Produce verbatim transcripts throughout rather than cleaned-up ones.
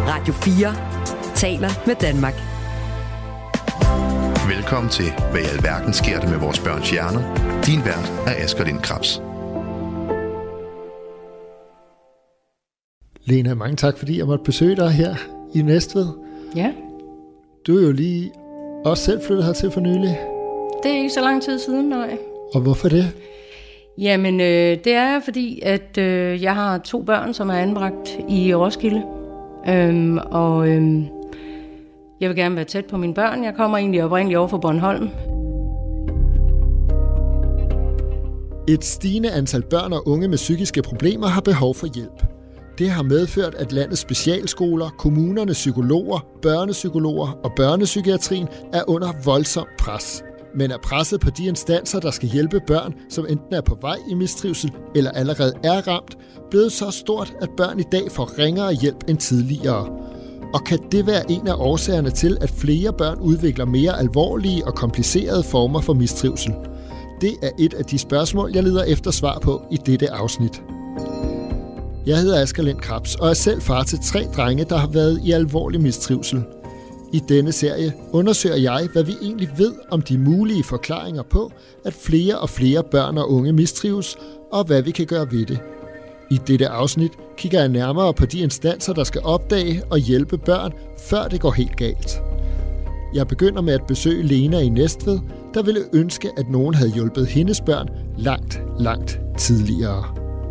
Radio fire taler med Danmark. Velkommen til Hvad i alverden sker der med vores børns hjerner? Din vært er Asger Lind Krabs. Lena, mange tak, fordi jeg måtte besøge dig her i Næstved. Ja. Du er jo lige også selv flyttet hertil for nylig. Det er ikke så lang tid siden, nej. Og hvorfor det? Jamen, øh, det er fordi, at øh, jeg har to børn, som er anbragt i Roskilde. Øhm, og øhm, jeg vil gerne være tæt på mine børn. Jeg kommer egentlig oprindeligt over fra Bornholm. Et stigende antal børn og unge med psykiske problemer har behov for hjælp. Det har medført, at landets specialskoler, kommunernes psykologer, børnepsykologer og børnepsykiatrien er under voldsom pres. Men er presset på de instanser, der skal hjælpe børn, som enten er på vej i mistrivsel eller allerede er ramt, blevet så stort, at børn i dag får ringere hjælp end tidligere. Og kan det være en af årsagerne til, at flere børn udvikler mere alvorlige og komplicerede former for mistrivsel? Det er et af de spørgsmål, jeg leder efter svar på i dette afsnit. Jeg hedder Asger Lind Krabs og er selv far til tre drenge, der har været i alvorlig mistrivsel. I denne serie undersøger jeg, hvad vi egentlig ved om de mulige forklaringer på, at flere og flere børn og unge mistrives, og hvad vi kan gøre ved det. I dette afsnit kigger jeg nærmere på de instanser, der skal opdage og hjælpe børn, før det går helt galt. Jeg begynder med at besøge Lena i Næstved, der ville ønske, at nogen havde hjulpet hendes børn langt, langt tidligere.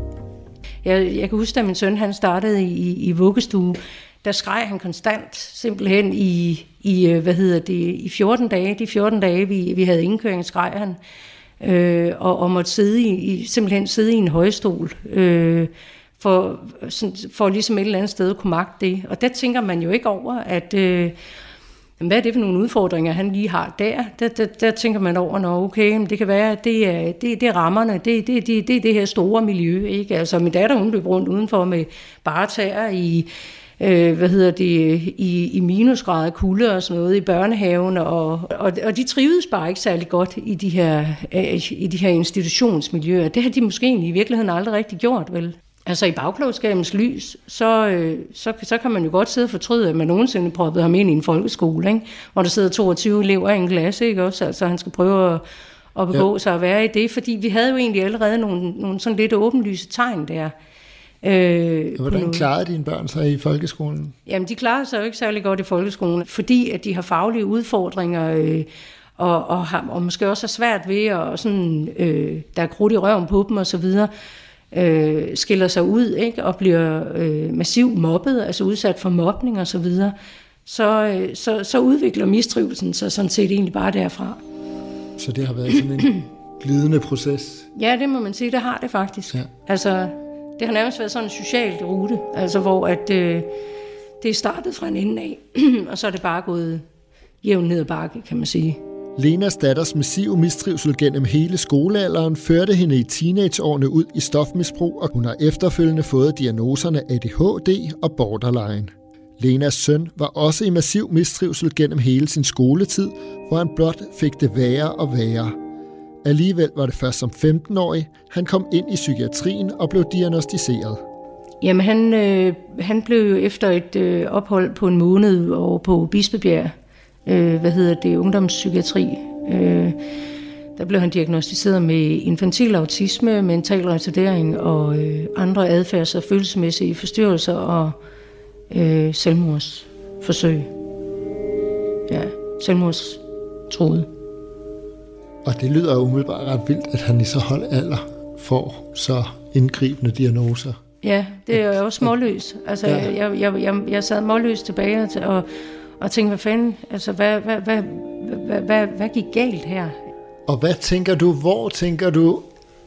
Jeg, jeg kan huske, da min søn han startede i, i vuggestue, der skreg han konstant simpelthen i, i, hvad hedder det, i fjorten dage. De fjorten dage, vi, vi havde indkøring, skreg han. Øh, og, og måtte sidde i, simpelthen sidde i en højstol, øh, for, sådan, for ligesom et eller andet sted at kunne magte det. Og der tænker man jo ikke over, at øh, hvad er det for nogle udfordringer, han lige har der? Der, der, der tænker man over, nå okay, det kan være, at det er, det, det er rammerne, det er det, det, det, det her store miljø. Ikke? Altså min datter, hun løb rundt udenfor med baretager i, øh, hvad hedder det, i, i minusgrader kulde og sådan noget i børnehaven, og, og, og de trivedes bare ikke særlig godt i de her, øh, i de her institutionsmiljøer. Det har de måske egentlig i virkeligheden aldrig rigtig gjort, vel? Altså i bagklogskabens lys, så, øh, så, så kan man jo godt sidde og fortryde, at man nogensinde proppede ham ind i en folkeskole, ikke? Hvor der sidder toogtyve elever i en klasse, ikke også? Altså han skal prøve at, at begå ja. sig og være i det, fordi vi havde jo egentlig allerede nogle, nogle sådan lidt åbenlyse tegn der. Øh, Hvordan klarede dine børn sig i folkeskolen? Jamen de klarede sig jo ikke særlig godt i folkeskolen, fordi at de har faglige udfordringer, øh, og, og, har, og måske også er svært ved, at sådan, øh, der er krudt i røven på dem og så videre, Øh, skiller sig ud, ikke, og bliver øh, massivt mobbet, altså udsat for mobning og så videre, så, øh, så, så udvikler mistrivelsen sig sådan set egentlig bare derfra. Så det har været sådan en glidende proces? Ja, det må man sige, det har det faktisk. Ja. Altså, det har nærmest været sådan en social rute, altså hvor at, øh, det er startet fra en ende af, og så er det bare gået jævnt ned ad bakke, kan man sige. Lenas datters massive mistrivsel gennem hele skolealderen førte hende i teenageårene ud i stofmisbrug, og hun har efterfølgende fået diagnoserne A D H D og borderline. Lenas søn var også i massiv mistrivsel gennem hele sin skoletid, hvor han blot fik det værre og værre. Alligevel var det først som femten-årig, han kom ind i psykiatrien og blev diagnosticeret. Jamen han, øh, han blev jo efter et øh, ophold på en måned over på Bispebjerg, Øh, hvad hedder det, ungdomspsykiatri. Øh, der blev han diagnosticeret med infantil autisme, mental retardering og øh, andre adfærds- og følelsesmæssige forstyrrelser og øh, selvmordsforsøg. Ja, selvmordstruede. Og det lyder umiddelbart ret vildt, at han i så høj alder får så indgribende diagnoser. Ja, det er jo også målløs. Altså, ja. jeg, jeg, jeg, jeg sad målløs tilbage og Og tænkte, hvad fanden, altså, hvad, hvad, hvad, hvad, hvad, hvad gik galt her? Og hvad tænker du, hvor tænker du,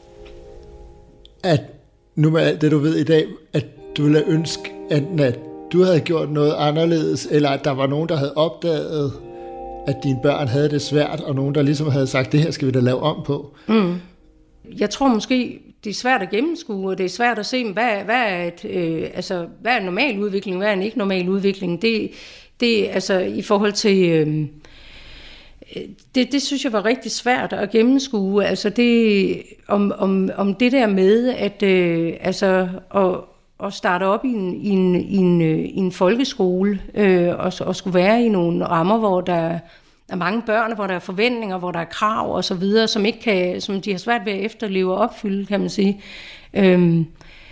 at nu med alt det, du ved i dag, at du ville ønske, enten at du havde gjort noget anderledes, eller at der var nogen, der havde opdaget, at dine børn havde det svært, og nogen, der ligesom havde sagt, det her skal vi da lave om på? Mm. Jeg tror måske, det er svært at gennemskue, og det er svært at se, hvad, hvad, er, et, øh, altså, hvad er en normal udvikling, hvad er en ikke normal udvikling. Det Det altså i forhold til øh, det, det synes jeg var rigtig svært at gennemskue. Altså det om om om det der med at øh, altså og at starte op i en, i en, i en, i en folkeskole, øh, og, og skulle være i nogle rammer, hvor der er mange børn, hvor der er forventninger, hvor der er krav og så videre, som, ikke kan, som de har svært ved at efterleve og opfylde, kan man sige. Øhm,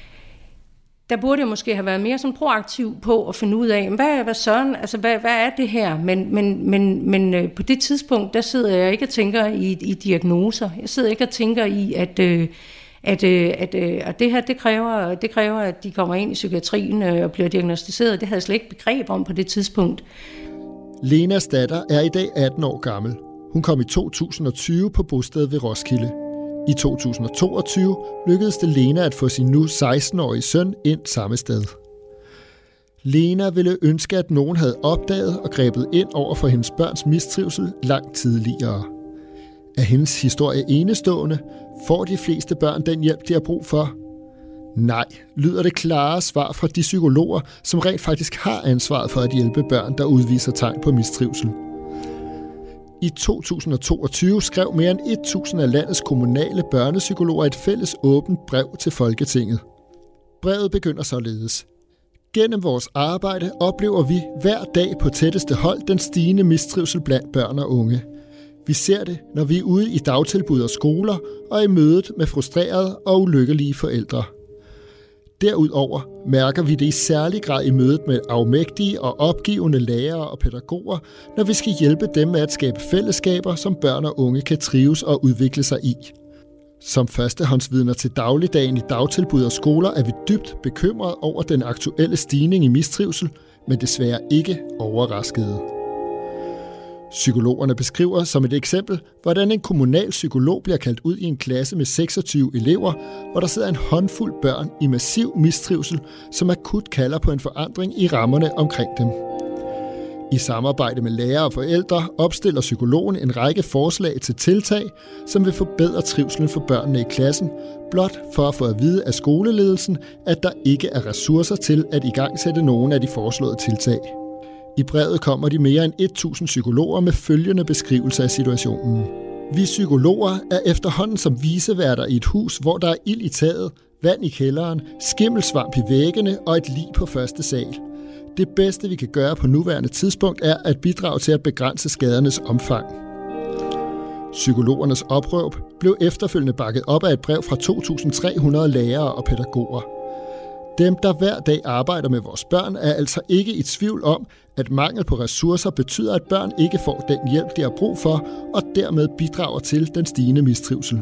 der burde jeg måske have været mere sådan proaktiv på at finde ud af, hvad, hvad søren, altså hvad, hvad er det her? Men, men, men, men øh, på det tidspunkt, der sidder jeg ikke og tænker i, i diagnoser. Jeg sidder ikke og tænker i, at, øh, at, øh, at, øh, at det her, det kræver, det kræver, at de kommer ind i psykiatrien øh, og bliver diagnosticeret. Det havde jeg slet ikke begreb om på det tidspunkt. Lenas datter er i dag atten år gammel. Hun kom i to tusind og tyve på bostedet ved Roskilde. I to tusind og toogtyve lykkedes det Lena at få sin nu seksten-årige søn ind samme sted. Lena ville ønske, at nogen havde opdaget og grebet ind over for hendes børns mistrivsel langt tidligere. Er hendes historie enestående? Får de fleste børn den hjælp, de har brug for? Nej, lyder det klare svar fra de psykologer, som rent faktisk har ansvaret for at hjælpe børn, der udviser tegn på mistrivsel. I to tusind og toogtyve skrev mere end tusind af landets kommunale børnepsykologer et fælles åbent brev til Folketinget. Brevet begynder således. Gennem vores arbejde oplever vi hver dag på tætteste hold den stigende mistrivsel blandt børn og unge. Vi ser det, når vi er ude i dagtilbud og skoler og i mødet med frustrerede og ulykkelige forældre. Derudover mærker vi det i særlig grad i mødet med afmægtige og opgivende lærere og pædagoger, når vi skal hjælpe dem med at skabe fællesskaber, som børn og unge kan trives og udvikle sig i. Som førstehåndsvidner til dagligdagen i dagtilbud og skoler er vi dybt bekymrede over den aktuelle stigning i mistrivsel, men desværre ikke overraskede. Psykologerne beskriver som et eksempel, hvordan en kommunal psykolog bliver kaldt ud i en klasse med seksogtyve elever, hvor der sidder en håndfuld børn i massiv mistrivsel, som akut kalder på en forandring i rammerne omkring dem. I samarbejde med lærere og forældre opstiller psykologen en række forslag til tiltag, som vil forbedre trivslen for børnene i klassen, blot for at få at vide af skoleledelsen, at der ikke er ressourcer til at igangsætte nogle af de foreslåede tiltag. I brevet kommer de mere end tusind psykologer med følgende beskrivelse af situationen. Vi psykologer er efterhånden som viseværter i et hus, hvor der er ild i taget, vand i kælderen, skimmelsvamp i væggene og et lig på første sal. Det bedste, vi kan gøre på nuværende tidspunkt, er at bidrage til at begrænse skadernes omfang. Psykologernes opråb blev efterfølgende bakket op af et brev fra to tusind tre hundrede lærere og pædagoger. Dem, der hver dag arbejder med vores børn, er altså ikke i tvivl om, at mangel på ressourcer betyder, at børn ikke får den hjælp, de har brug for, og dermed bidrager til den stigende mistrivsel.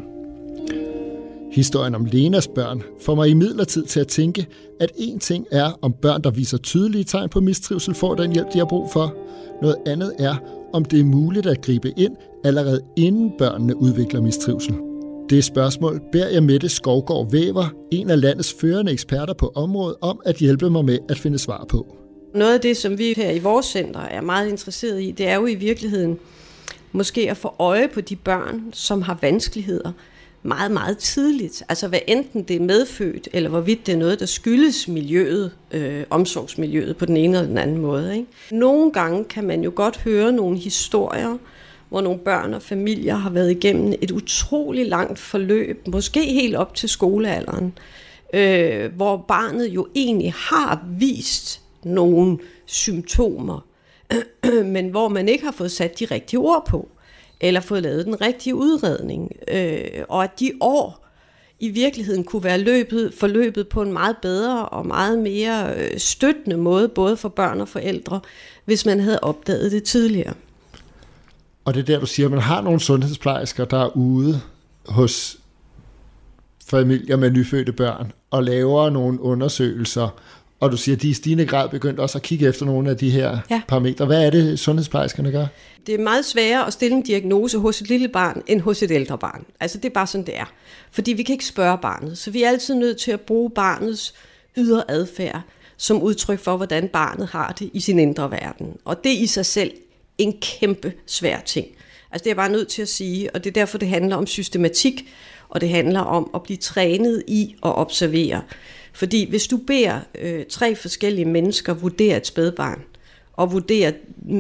Historien om Lenas børn får mig imidlertid til at tænke, at én ting er, om børn, der viser tydelige tegn på mistrivsel, får den hjælp, de har brug for. Noget andet er, om det er muligt at gribe ind, allerede inden børnene udvikler mistrivsel. Det spørgsmål beder jeg Mette Skovgaard Væver, en af landets førende eksperter på området, om at hjælpe mig med at finde svar på. Noget af det, som vi her i vores center er meget interesseret i, det er jo i virkeligheden måske at få øje på de børn, som har vanskeligheder meget, meget tidligt. Altså hvad enten det er medfødt, eller hvorvidt det er noget, der skyldes miljøet, øh, omsorgsmiljøet på den ene eller den anden måde. Ikke? Nogle gange kan man jo godt høre nogle historier, hvor nogle børn og familier har været igennem et utroligt langt forløb, måske helt op til skolealderen, øh, hvor barnet jo egentlig har vist nogle symptomer, øh, men hvor man ikke har fået sat de rigtige ord på, eller fået lavet den rigtige udredning, øh, og at de år i virkeligheden kunne være løbet, forløbet på en meget bedre og meget mere øh, støttende måde, både for børn og forældre, hvis man havde opdaget det tidligere. Og det er der, du siger, at man har nogle sundhedsplejersker, der er ude hos familier med nyfødte børn og laver nogle undersøgelser. Og du siger, at de i stigende grad begyndt også at kigge efter nogle af de her ja. parametre. Hvad er det, sundhedsplejerskerne gør? Det er meget sværere at stille en diagnose hos et lille barn, end hos et ældre barn. Altså det er bare sådan, det er. Fordi vi kan ikke spørge barnet, så vi er altid nødt til at bruge barnets ydre adfærd som udtryk for, hvordan barnet har det i sin indre verden. Og det er i sig selv en kæmpe svær ting. Altså det er jeg bare nødt til at sige, og det er derfor, det handler om systematik, og det handler om at blive trænet i at observere. Fordi hvis du beder øh, tre forskellige mennesker vurdere et spædbarn, og vurdere,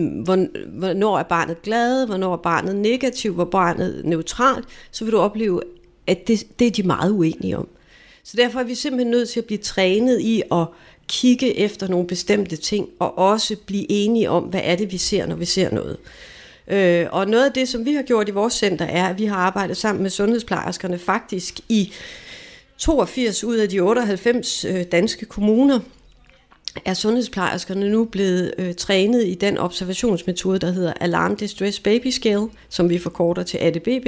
hvornår er barnet glad, hvornår er barnet negativ, hvor barnet er neutralt, så vil du opleve, at det, det er de meget uenige om. Så derfor er vi simpelthen nødt til at blive trænet i at kigge efter nogle bestemte ting, og også blive enige om, hvad er det, vi ser, når vi ser noget. Øh, og noget af det, som vi har gjort i vores center, er, at vi har arbejdet sammen med sundhedsplejerskerne faktisk i toogfirs ud af de otteoghalvfems øh, danske kommuner, er sundhedsplejerskerne nu blevet øh, trænet i den observationsmetode, der hedder Alarm Distress Baby Scale, som vi forkorter til A D B B.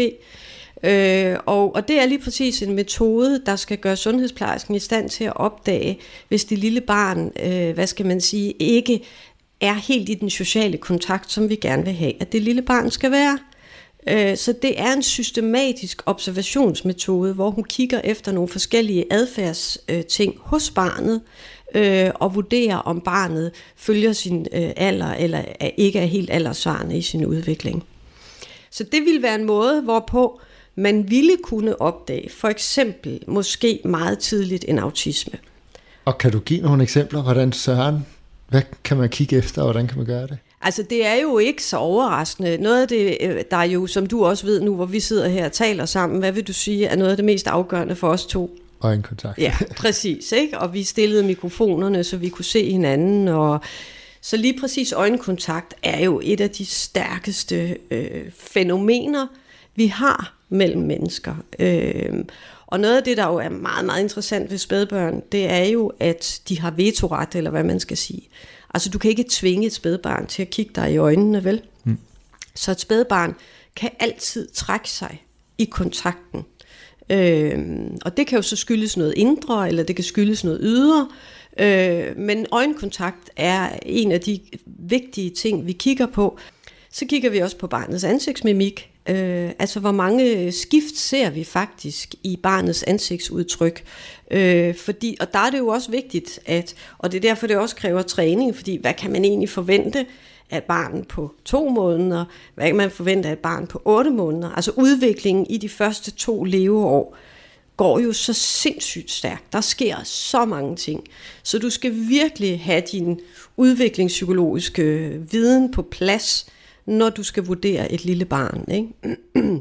Øh, og, og det er lige præcis en metode, der skal gøre sundhedsplejersken i stand til at opdage, hvis det lille barn, øh, hvad skal man sige, ikke er helt i den sociale kontakt, som vi gerne vil have, at det lille barn skal være. Øh, så det er en systematisk observationsmetode, hvor hun kigger efter nogle forskellige adfærdsting hos barnet, øh, og vurderer, om barnet følger sin øh, alder, eller er, ikke er helt alderssvarende i sin udvikling. Så det ville være en måde, hvorpå man ville kunne opdage, for eksempel måske meget tidligt en autisme. Og kan du give nogle eksempler, hvordan Søren, hvad kan man kigge efter, og hvordan kan man gøre det? Altså det er jo ikke så overraskende. Noget af det, der er jo, som du også ved nu, hvor vi sidder her og taler sammen, hvad vil du sige, er noget af det mest afgørende for os to? Øjenkontakt. Ja, præcis, ikke? Og vi stillede mikrofonerne, så vi kunne se hinanden, og så lige præcis øjenkontakt er jo et af de stærkeste øh, fænomener, vi har mellem mennesker. Øh, og noget af det, der jo er meget, meget interessant ved spædbørn, det er jo, at de har vetoret, eller hvad man skal sige. Altså du kan ikke tvinge et spædbarn til at kigge dig i øjnene, vel? Mm. Så et spædbarn kan altid trække sig i kontakten. Øh, og det kan jo så skyldes noget indre, eller det kan skyldes noget ydre. Øh, men øjenkontakt er en af de vigtige ting, vi kigger på. Så kigger vi også på barnets ansigtsmimik. Øh, altså hvor mange skift ser vi faktisk i barnets ansigtsudtryk. Øh, fordi, og der er det jo også vigtigt, at, og det er derfor, det også kræver træning, fordi hvad kan man egentlig forvente af et barn på to måneder? Hvad kan man forvente af et barn på otte måneder? Altså udviklingen i de første to leveår går jo så sindssygt stærkt. Der sker så mange ting. Så du skal virkelig have din udviklingspsykologiske viden på plads, når du skal vurdere et lille barn, ikke?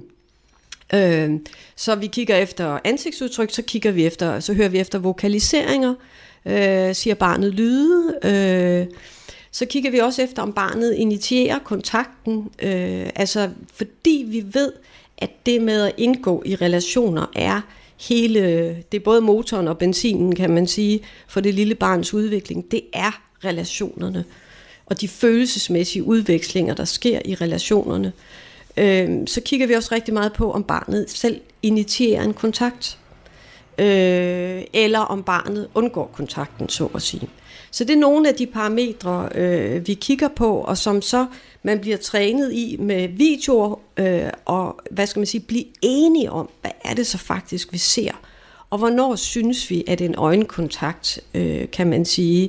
øh, så vi kigger efter ansigtsudtryk, så kigger vi efter, så hører vi efter vokaliseringer, øh, siger barnet lyde, øh, så kigger vi også efter, om barnet initierer kontakten, øh, altså fordi vi ved, at det med at indgå i relationer er hele, det er både motoren og benzinen, kan man sige, for det lille barns udvikling, det er relationerne. Og de følelsesmæssige udvekslinger, der sker i relationerne. Øh, så kigger vi også rigtig meget på, om barnet selv initierer en kontakt, øh, eller om barnet undgår kontakten, så at sige. Så det er nogle af de parametre, øh, vi kigger på, og som så man bliver trænet i med videoer, øh, og hvad skal man sige, blive enige om, hvad er det så faktisk, vi ser, og hvornår synes vi, at en øjenkontakt, øh, kan man sige,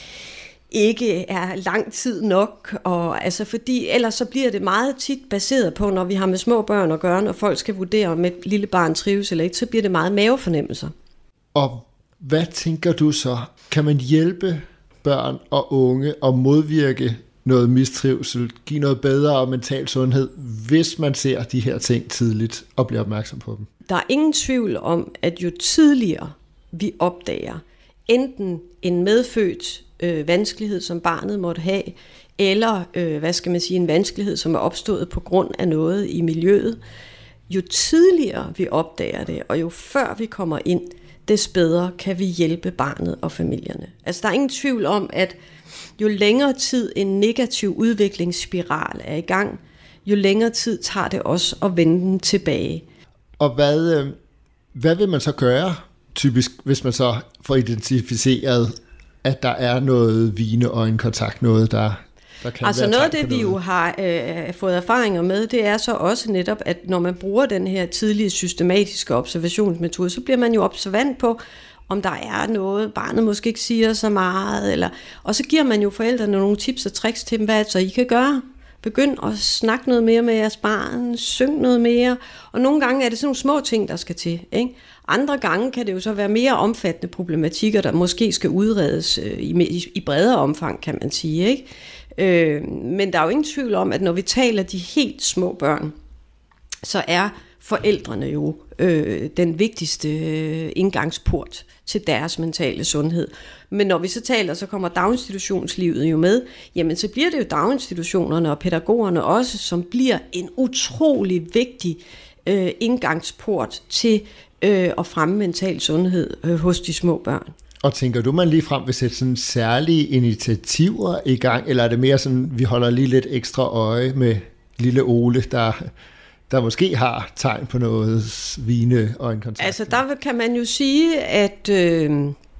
ikke er lang tid nok, og altså fordi ellers så bliver det meget tit baseret på, når vi har med små børn at gøre, og folk skal vurdere, om et lille barn trives eller ikke, så bliver det meget mavefornemmelser. Og hvad tænker du så? Kan man hjælpe børn og unge at modvirke noget mistrivsel, give noget bedre mental sundhed, hvis man ser de her ting tidligt og bliver opmærksom på dem? Der er ingen tvivl om, at jo tidligere vi opdager enten en medfødt øh, vanskelighed, som barnet måtte have, eller øh, hvad skal man sige, en vanskelighed, som er opstået på grund af noget i miljøet, jo tidligere vi opdager det, og jo før vi kommer ind, des bedre kan vi hjælpe barnet og familierne. Altså der er ingen tvivl om, at jo længere tid en negativ udviklingsspiral er i gang, jo længere tid tager det også at vende den tilbage. Og hvad, øh, hvad vil man så gøre, typisk, hvis man så får identificeret, at der er noget vigende øjenkontakt, noget der, der kan altså være noget af det, noget. vi jo har øh, fået erfaringer med, det er så også netop, at når man bruger den her tidlige systematiske observationsmetode, så bliver man jo observant på, om der er noget, barnet måske ikke siger så meget, eller, og så giver man jo forældrene nogle tips og tricks til dem, hvad så I kan gøre. Begynd at snakke noget mere med jeres barn, syng noget mere, og nogle gange er det sådan nogle små ting, der skal til, ikke? Andre gange kan det jo så være mere omfattende problematikker, der måske skal udredes øh, i, i bredere omfang, kan man sige, ikke? Øh, men der er jo ingen tvivl om, at når vi taler de helt små børn, så er forældrene jo øh, den vigtigste øh, indgangsport til deres mentale sundhed. Men når vi så taler, så kommer daginstitutionslivet jo med, jamen så bliver det jo daginstitutionerne og pædagogerne også, som bliver en utrolig vigtig øh, indgangsport til øh, at fremme mental sundhed øh, hos de små børn. Og tænker du, man lige frem vil sætte sådan særlige initiativer i gang, eller er det mere sådan, vi holder lige lidt ekstra øje med lille Ole, der, der måske har tegn på noget svine og en kontakt? Altså der kan man jo sige, at øh,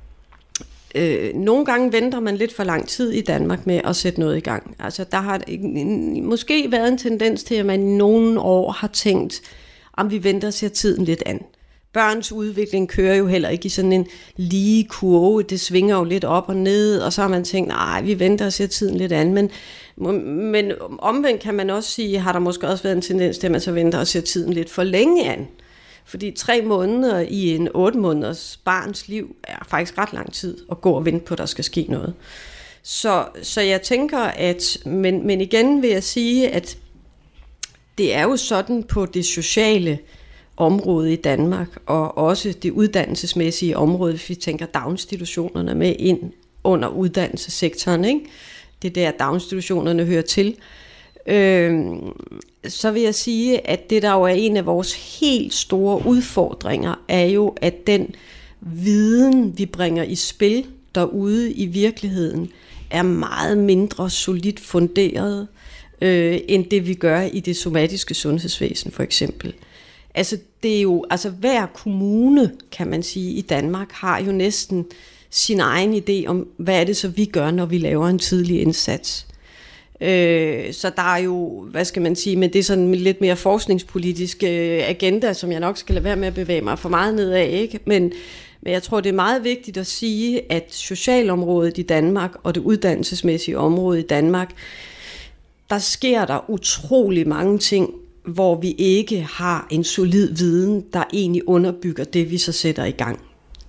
øh, nogle gange venter man lidt for lang tid i Danmark med at sætte noget i gang. Altså der har måske været en tendens til, at man i nogle år har tænkt, om vi venter og ser tiden lidt an. Børns udvikling kører jo heller ikke i sådan en lige kurve, det svinger jo lidt op og ned, og så har man tænkt, nej, vi venter og ser tiden lidt an, men, men omvendt kan man også sige, har der måske også været en tendens til, at man så venter og ser tiden lidt for længe an. Fordi tre måneder i en otte måneders barns liv er faktisk ret lang tid at gå og vente på, at der skal ske noget. Så, så jeg tænker, at, men, men igen vil jeg sige, at det er jo sådan på det sociale område i Danmark, og også det uddannelsesmæssige område, hvis vi tænker daginstitutionerne med ind under uddannelsessektoren, ikke? Det er der, daginstitutionerne hører til. Øh, så vil jeg sige, at det der jo er en af vores helt store udfordringer, er jo, at den viden, vi bringer i spil derude i virkeligheden, er meget mindre solidt funderet, øh, end det vi gør i det somatiske sundhedsvæsen for eksempel. Altså det er jo, altså hver kommune, kan man sige, i Danmark har jo næsten sin egen idé om, hvad er det så vi gør, når vi laver en tidlig indsats. Øh, så der er jo, hvad skal man sige, men det er sådan en lidt mere forskningspolitisk øh, agenda, som jeg nok skal lade være med at bevæge mig for meget nedad, ikke? Men, men jeg tror, det er meget vigtigt at sige, at socialområdet i Danmark og det uddannelsesmæssige område i Danmark, der sker der utrolig mange ting, hvor vi ikke har en solid viden, der egentlig underbygger det, vi så sætter i gang.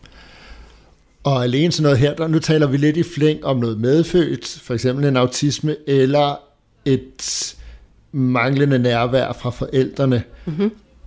Og alene sådan noget her, der, nu taler vi lidt i flæng om noget medfødt, for eksempel en autisme, eller et manglende nærvær fra forældrene. Mm-hmm.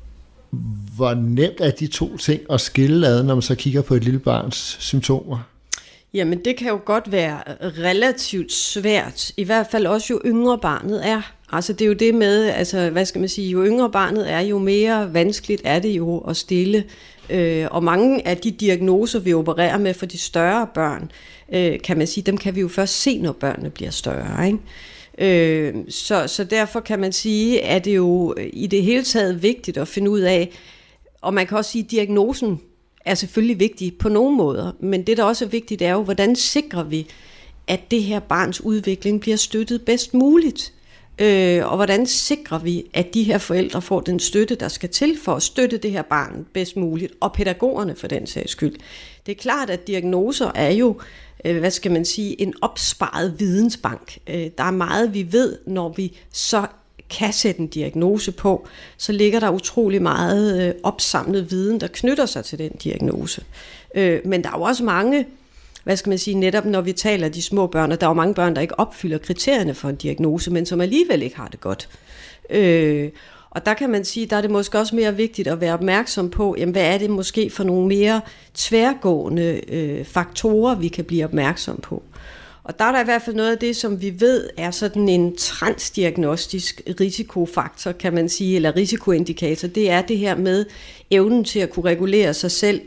Hvor nemt er de to ting at skille ad, når man så kigger på et lille barns symptomer? Jamen det kan jo godt være relativt svært, i hvert fald også jo yngre barnet er. Altså det er jo det med, altså hvad skal man sige, jo yngre barnet er, jo mere vanskeligt er det jo at stille. Øh, og mange af de diagnoser, vi opererer med for de større børn, øh, kan man sige, dem kan vi jo først se, når børnene bliver større, ikke? Øh, så, så derfor kan man sige, at det jo i det hele taget vigtigt at finde ud af, og man kan også sige, at diagnosen er selvfølgelig vigtig på nogle måder, men det der også er vigtigt er jo, hvordan sikrer vi, at det her barns udvikling bliver støttet bedst muligt. Øh, og hvordan sikrer vi, at de her forældre får den støtte, der skal til for at støtte det her barn bedst muligt, og pædagogerne for den sags skyld. Det er klart, at diagnoser er jo, øh, hvad skal man sige, en opsparet vidensbank. Øh, der er meget, vi ved, når vi så kan sætte en diagnose på, så ligger der utrolig meget øh, opsamlet viden, der knytter sig til den diagnose. Øh, men der er jo også mange, hvad skal man sige, netop når vi taler de små børn, og der er jo mange børn, der ikke opfylder kriterierne for en diagnose, men som alligevel ikke har det godt. Øh, og der kan man sige, der er det måske også mere vigtigt at være opmærksom på, jamen, hvad er det måske for nogle mere tværgående øh, faktorer, vi kan blive opmærksom på. Og der er der i hvert fald noget af det, som vi ved er sådan en transdiagnostisk risikofaktor, kan man sige, eller risikoindikator. Det er det her med evnen til at kunne regulere sig selv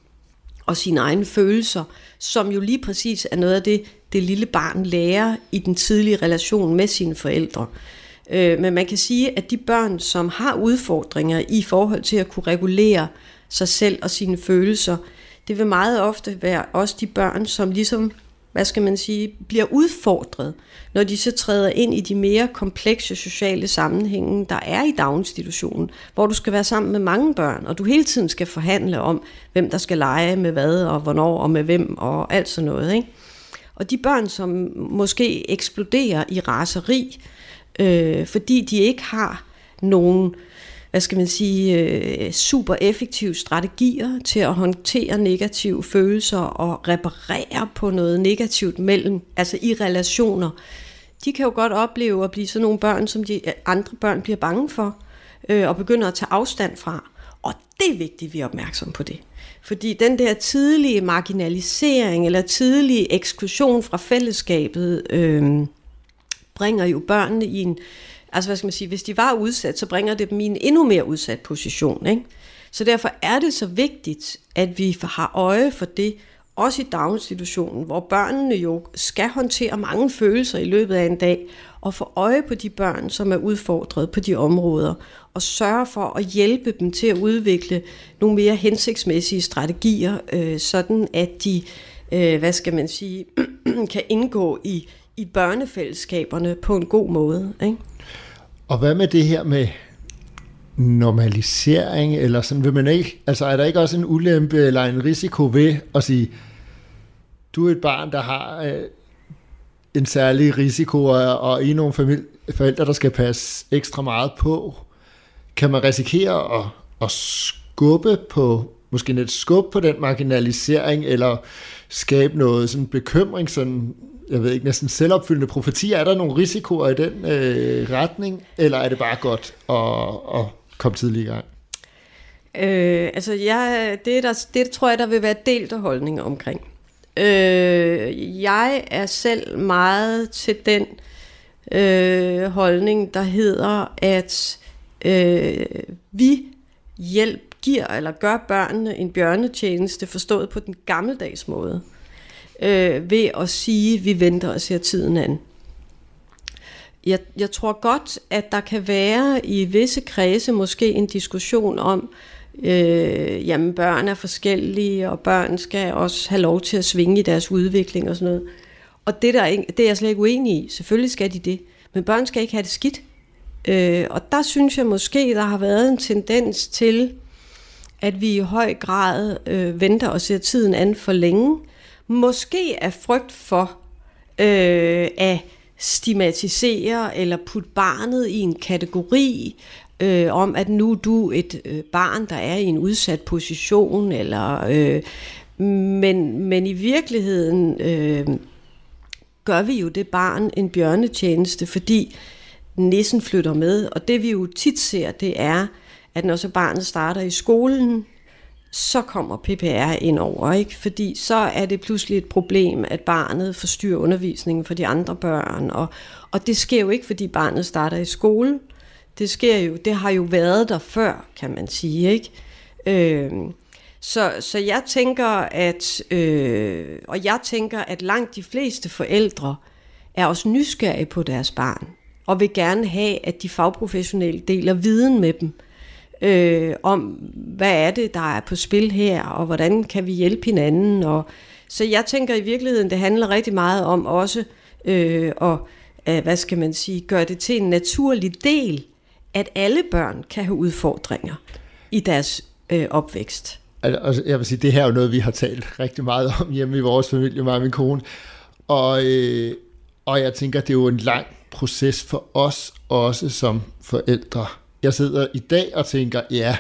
og sine egne følelser, som jo lige præcis er noget af det, det lille barn lærer i den tidlige relation med sine forældre. Øh, men man kan sige, at de børn, som har udfordringer i forhold til at kunne regulere sig selv og sine følelser, det vil meget ofte være også de børn, som ligesom, hvad skal man sige, bliver udfordret, når de så træder ind i de mere komplekse sociale sammenhænge, der er i daginstitutionen, hvor du skal være sammen med mange børn, og du hele tiden skal forhandle om, hvem der skal lege med hvad, og hvornår, og med hvem, og alt sådan noget, ikke? Og de børn, som måske eksploderer i raseri, øh, fordi de ikke har nogen, hvad skal man sige, øh, super effektive strategier til at håndtere negative følelser og reparere på noget negativt mellem, altså i relationer. De kan jo godt opleve at blive sådan nogle børn, som de andre børn bliver bange for. øh, og begynder at tage afstand fra. Og det er vigtigt, at vi er opmærksom på det. Fordi den der tidlige marginalisering eller tidlige eksklusion fra fællesskabet øh, bringer jo børnene i en, altså hvad skal man sige, hvis de var udsat, så bringer det dem i en endnu mere udsat position, ikke? Så derfor er det så vigtigt, at vi har øje for det, også i daginstitutionen, hvor børnene jo skal håndtere mange følelser i løbet af en dag, og få øje på de børn, som er udfordret på de områder, og sørge for at hjælpe dem til at udvikle nogle mere hensigtsmæssige strategier, øh, sådan at de, øh, hvad skal man sige, kan indgå i, i børnefællesskaberne på en god måde, ikke? Og hvad med det her med normalisering, eller sådan, vil man ikke, altså er der ikke også en ulempe eller en risiko ved at sige, du er et barn, der har øh, en særlig risiko, og, og i nogle familie, forældre, der skal passe ekstra meget på, kan man risikere at, at skubbe på, måske net skubbe på den marginalisering, eller skabe noget sådan bekymring, sådan, jeg ved ikke, næsten selvopfyldende profetier. Er der nogle risikoer i den øh, retning, eller er det bare godt at, at komme tidligere i gang? Øh, altså, jeg, det, der, det tror jeg, der vil være delte holdninger omkring. Øh, jeg er selv meget til den øh, holdning, der hedder, at øh, vi hjælp giver eller gør børnene en bjørnetjeneste, forstået på den gammeldags måde, øh, ved at sige, at vi venter og ser tiden an. Jeg, jeg tror godt, at der kan være i visse kredse måske en diskussion om, øh, jamen børn er forskellige, og børn skal også have lov til at svinge i deres udvikling og sådan noget. Og det, der, det er jeg slet ikke uenig i. Selvfølgelig skal de det. Men børn skal ikke have det skidt. Øh, og der synes jeg måske, der har været en tendens til, at vi i høj grad øh, venter og ser tiden an for længe. Måske af frygt for øh, at stigmatisere eller putte barnet i en kategori øh, om, at nu er du et øh, barn, der er i en udsat position, eller, øh, men, men i virkeligheden øh, gør vi jo det barn en bjørnetjeneste, fordi nissen flytter med, og det vi jo tit ser, det er, at når så barnet starter i skolen, så kommer P P R ind over, ikke? Fordi så er det pludselig et problem, at barnet forstyrrer undervisningen for de andre børn, og, og det sker jo ikke, fordi barnet starter i skole. Det sker jo, det har jo været der før, kan man sige, ikke? Øh, så, så jeg tænker, at øh, og jeg tænker, at langt de fleste forældre er også nysgerrige på deres barn, og vil gerne have, at de fagprofessionelle deler viden med dem, øh, om hvad er det, der er på spil her, og hvordan kan vi hjælpe hinanden. Og, så jeg tænker i virkeligheden, det handler rigtig meget om også øh, at, øh, hvad skal man sige, gøre det til en naturlig del, at alle børn kan have udfordringer i deres øh, opvækst. Altså, jeg vil sige, det her er jo noget, vi har talt rigtig meget om hjemme i vores familie, mig og min kone, og, øh, og jeg tænker, det er jo en lang proces for os også som forældre. Jeg sidder i dag og tænker, ja,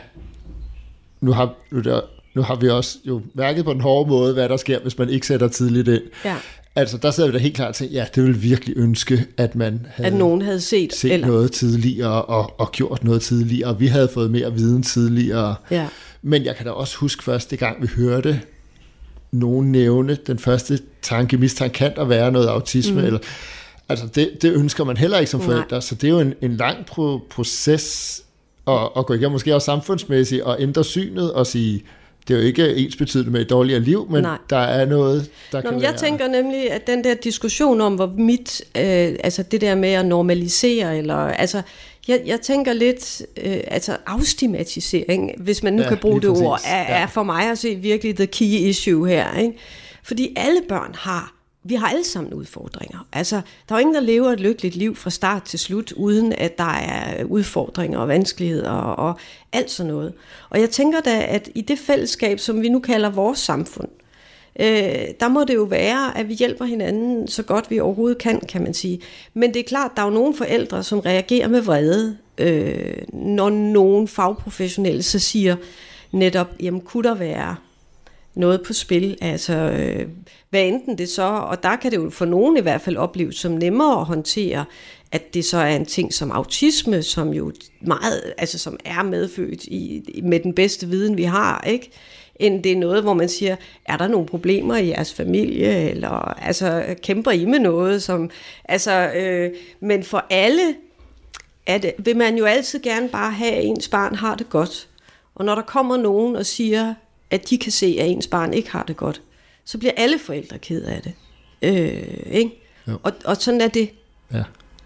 nu har, nu, der, nu har vi også jo mærket på den hårde måde, hvad der sker, hvis man ikke sætter tidligt ind. Ja. Altså, der sidder vi da helt klart til, ja, det ville virkelig ønske, at man havde, at nogen havde set, set eller... noget tidligere, og, og gjort noget tidligere, og vi havde fået mere viden tidligere. Ja. Men jeg kan da også huske første gang, vi hørte nogen nævne, den første tanke, mistanke kan der være noget autisme, mm. eller... Altså, det, det ønsker man heller ikke som forældre, så det er jo en, en lang pro- proces at, at gå igennem, måske også samfundsmæssigt, og ændre synet og sige, det er jo ikke ensbetydende med et dårligere liv, men Nej. der er noget, der Nå, kan jeg være... tænker nemlig, at den der diskussion om, hvor mit, øh, altså det der med at normalisere, eller, altså, jeg, jeg tænker lidt, øh, altså afstigmatisering, hvis man nu ja, kan bruge det ord, er, ja. er for mig at se virkelig the key issue her, ikke? Fordi alle børn har Vi har alle sammen udfordringer. Altså, der er jo ingen, der lever et lykkeligt liv fra start til slut, uden at der er udfordringer og vanskeligheder og, og alt sådan noget. Og jeg tænker da, at i det fællesskab, som vi nu kalder vores samfund, øh, der må det jo være, at vi hjælper hinanden så godt vi overhovedet kan, kan man sige. Men det er klart, der er jo nogle forældre, som reagerer med vrede, øh, når nogen fagprofessionelle så siger netop, jamen kunne der være noget på spil. Altså, øh, hvad enten det så, og der kan det jo for nogen i hvert fald opleves som nemmere at håndtere, at det så er en ting som autisme, som jo meget, altså som er medfødt i, med den bedste viden, vi har, ikke? End det er noget, hvor man siger, er der nogle problemer i jeres familie, eller altså, kæmper I med noget, som, altså, øh, men for alle er det, vil man jo altid gerne bare have, at ens barn har det godt. Og når der kommer nogen og siger, at de kan se, at ens barn ikke har det godt, så bliver alle forældre ked af det. Øh, ikke? Og, og sådan er det. Ja.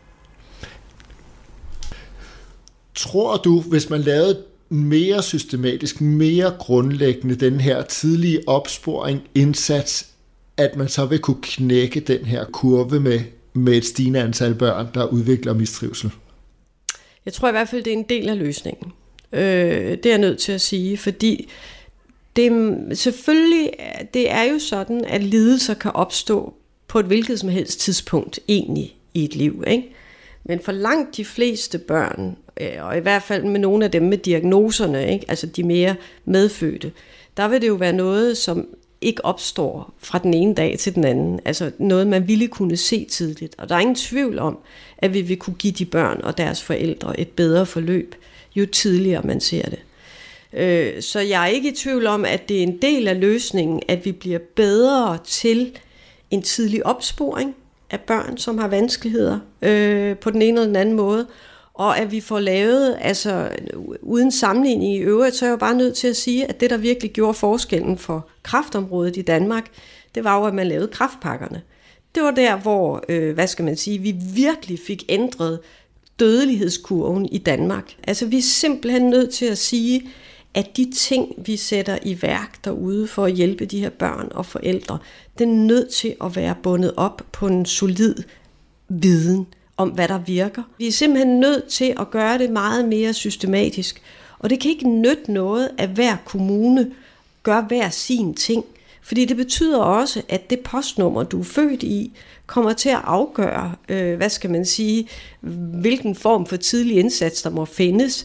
Tror du, hvis man lavede mere systematisk, mere grundlæggende den her tidlige opsporing, indsats, at man så vil kunne knække den her kurve med, med et stigende antal børn, der udvikler mistrivsel? Jeg tror i hvert fald, det er en del af løsningen. Øh, det er jeg nødt til at sige, fordi det, selvfølgelig, det er jo sådan, at lidelser kan opstå på et hvilket som helst tidspunkt egentlig i et liv, ikke? Men for langt de fleste børn, og i hvert fald med nogle af dem med diagnoserne, ikke? Altså de mere medfødte, der vil det jo være noget, som ikke opstår fra den ene dag til den anden. Altså noget, man ville kunne se tidligt. Og der er ingen tvivl om, at vi vil kunne give de børn og deres forældre et bedre forløb, jo tidligere man ser det. Så jeg er ikke i tvivl om, at det er en del af løsningen, at vi bliver bedre til en tidlig opsporing af børn, som har vanskeligheder øh, på den ene eller den anden måde, og at vi får lavet, altså uden sammenligning i øvrigt, så er jeg jo bare nødt til at sige, at det, der virkelig gjorde forskellen for kræftområdet i Danmark, det var jo, at man lavede kræftpakkerne. Det var der, hvor, øh, hvad skal man sige, vi virkelig fik ændret dødelighedskurven i Danmark. Altså vi er simpelthen nødt til at sige, at de ting, vi sætter i værk derude for at hjælpe de her børn og forældre, det er nødt til at være bundet op på en solid viden om, hvad der virker. Vi er simpelthen nødt til at gøre det meget mere systematisk. Og det kan ikke nytte noget, at hver kommune gør hver sin ting. Fordi det betyder også, at det postnummer, du er født i, kommer til at afgøre, øh, hvad skal man sige, hvilken form for tidlig indsats, der må findes.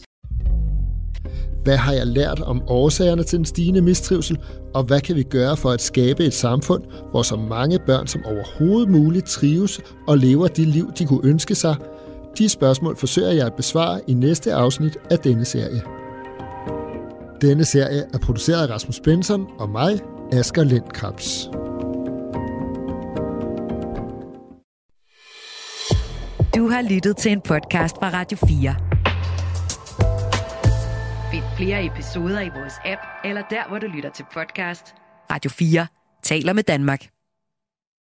Hvad har jeg lært om årsagerne til den stigende mistrivsel, og hvad kan vi gøre for at skabe et samfund, hvor så mange børn som overhovedet muligt trives og lever de liv, de kunne ønske sig? De spørgsmål forsøger jeg at besvare i næste afsnit af denne serie. Denne serie er produceret af Rasmus Benson og mig, Asger Lindkrabs. Du har lyttet til en podcast fra Radio fire. Find flere episoder i vores app, eller der, hvor du lytter til podcast. Radio fire taler med Danmark.